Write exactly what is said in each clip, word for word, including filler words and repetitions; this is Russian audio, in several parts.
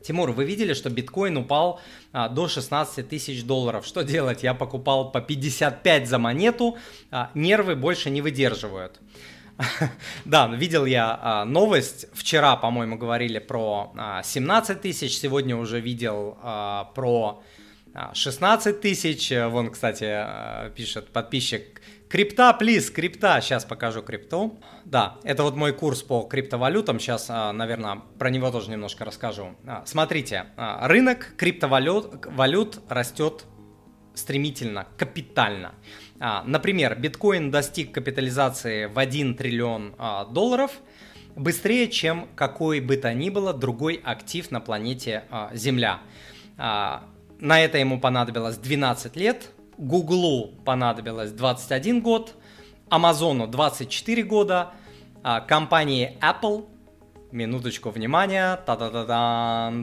Тимур, вы видели, что биткоин упал а, до шестнадцати тысяч долларов? Что делать? Я покупал по пятьдесят пять за монету, а, нервы больше не выдерживают. Да, видел я а, новость. Вчера, по-моему, говорили про а, семнадцать тысяч, сегодня уже видел а, про а, шестнадцать тысяч. Вон, кстати, а, пишет подписчик: крипта, плиз, крипта. Сейчас покажу крипту. Да, это вот мой курс по криптовалютам. Сейчас, наверное, про него тоже немножко расскажу. Смотрите, рынок криптовалют валют растет стремительно, капитально. Например, биткоин достиг капитализации в один триллион долларов быстрее, чем какой бы то ни было другой актив на планете Земля. На это ему понадобилось двенадцать лет. Гуглу понадобилось двадцать один год, Амазону двадцать четыре года, компании Apple, минуточку внимания, та-да-да-дан,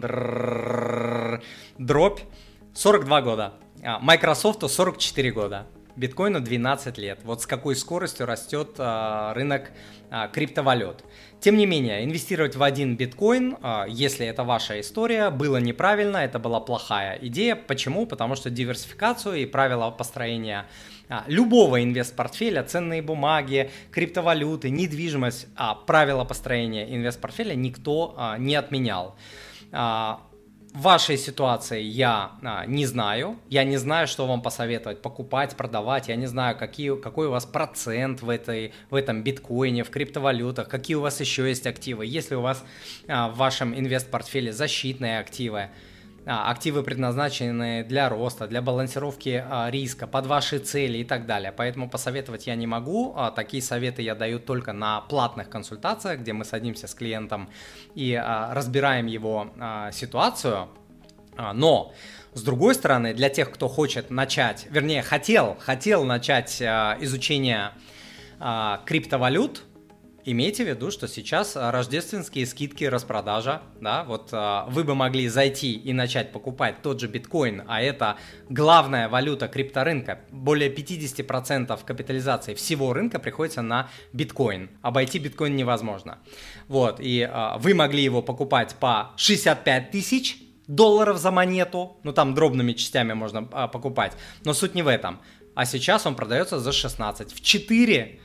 дробь, сорок два года, Microsoft сорок четыре года, биткоину двенадцать лет. Вот с какой скоростью растет а, рынок а, криптовалют. Тем не менее, инвестировать в один биткоин, а, если это ваша история, было неправильно, это была плохая идея. Почему? Потому что диверсификацию и правила построения а, любого инвестпортфеля, ценные бумаги, криптовалюты, недвижимость, а, правила построения инвестпортфеля никто а, не отменял. А, В вашей ситуации я а, не знаю, я не знаю, что вам посоветовать, покупать, продавать, я не знаю, какие, какой у вас процент в, этой, в этом биткоине, в криптовалютах, какие у вас еще есть активы, если у вас а, в вашем инвестпортфеле защитные активы, а, активы, предназначенные для роста, для балансировки а, риска, под ваши цели и так далее. Поэтому посоветовать я не могу, а, такие советы я даю только на платных консультациях, где мы садимся с клиентом и а, разбираем его а, ситуацию. А, но, с другой стороны, для тех, кто хочет начать, вернее, хотел, хотел начать а, изучение а, криптовалют, имейте в виду, что сейчас рождественские скидки, распродажа, да, вот а, вы бы могли зайти и начать покупать тот же биткоин, а это главная валюта крипторынка, более пятьдесят процентов капитализации всего рынка приходится на биткоин, обойти биткоин невозможно, вот, и а, вы могли его покупать по шестьдесят пять тысяч долларов за монету, ну там дробными частями можно а, покупать, но суть не в этом, а сейчас он продается за шестнадцать, в четыре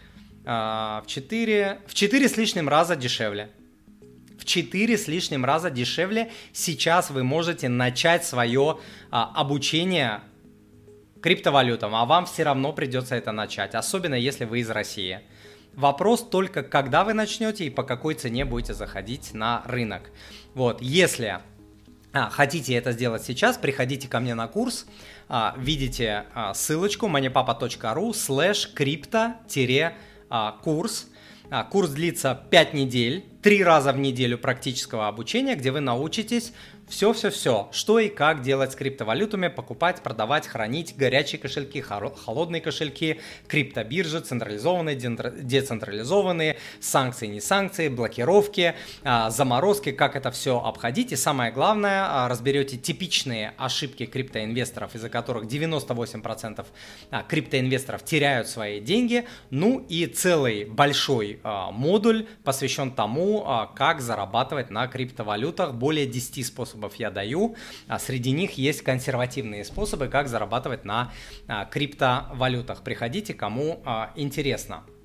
В четыре, в четыре с лишним раза дешевле. В четыре с лишним раза дешевле сейчас вы можете начать свое а, обучение криптовалютам, а вам все равно придется это начать, особенно если вы из России. Вопрос только, когда вы начнете и по какой цене будете заходить на рынок. Вот, если а, хотите это сделать сейчас, приходите ко мне на курс. А, видите а, ссылочку moneypapa.ru слэш крипто курс. Курс длится пять недель, три раза в неделю практического обучения, где вы научитесь все-все-все, что и как делать с криптовалютами, покупать, продавать, хранить, горячие кошельки, холодные кошельки, криптобиржи, централизованные, децентрализованные, санкции, не санкции, блокировки, заморозки, как это все обходить. И самое главное, разберете типичные ошибки криптоинвесторов, из-за которых девяносто восемь процентов криптоинвесторов теряют свои деньги. Ну и целый большой модуль посвящен тому, как зарабатывать на криптовалютах. Более десяти способов я даю, а среди них есть консервативные способы, как зарабатывать на а, криптовалютах. Приходите, кому а, интересно.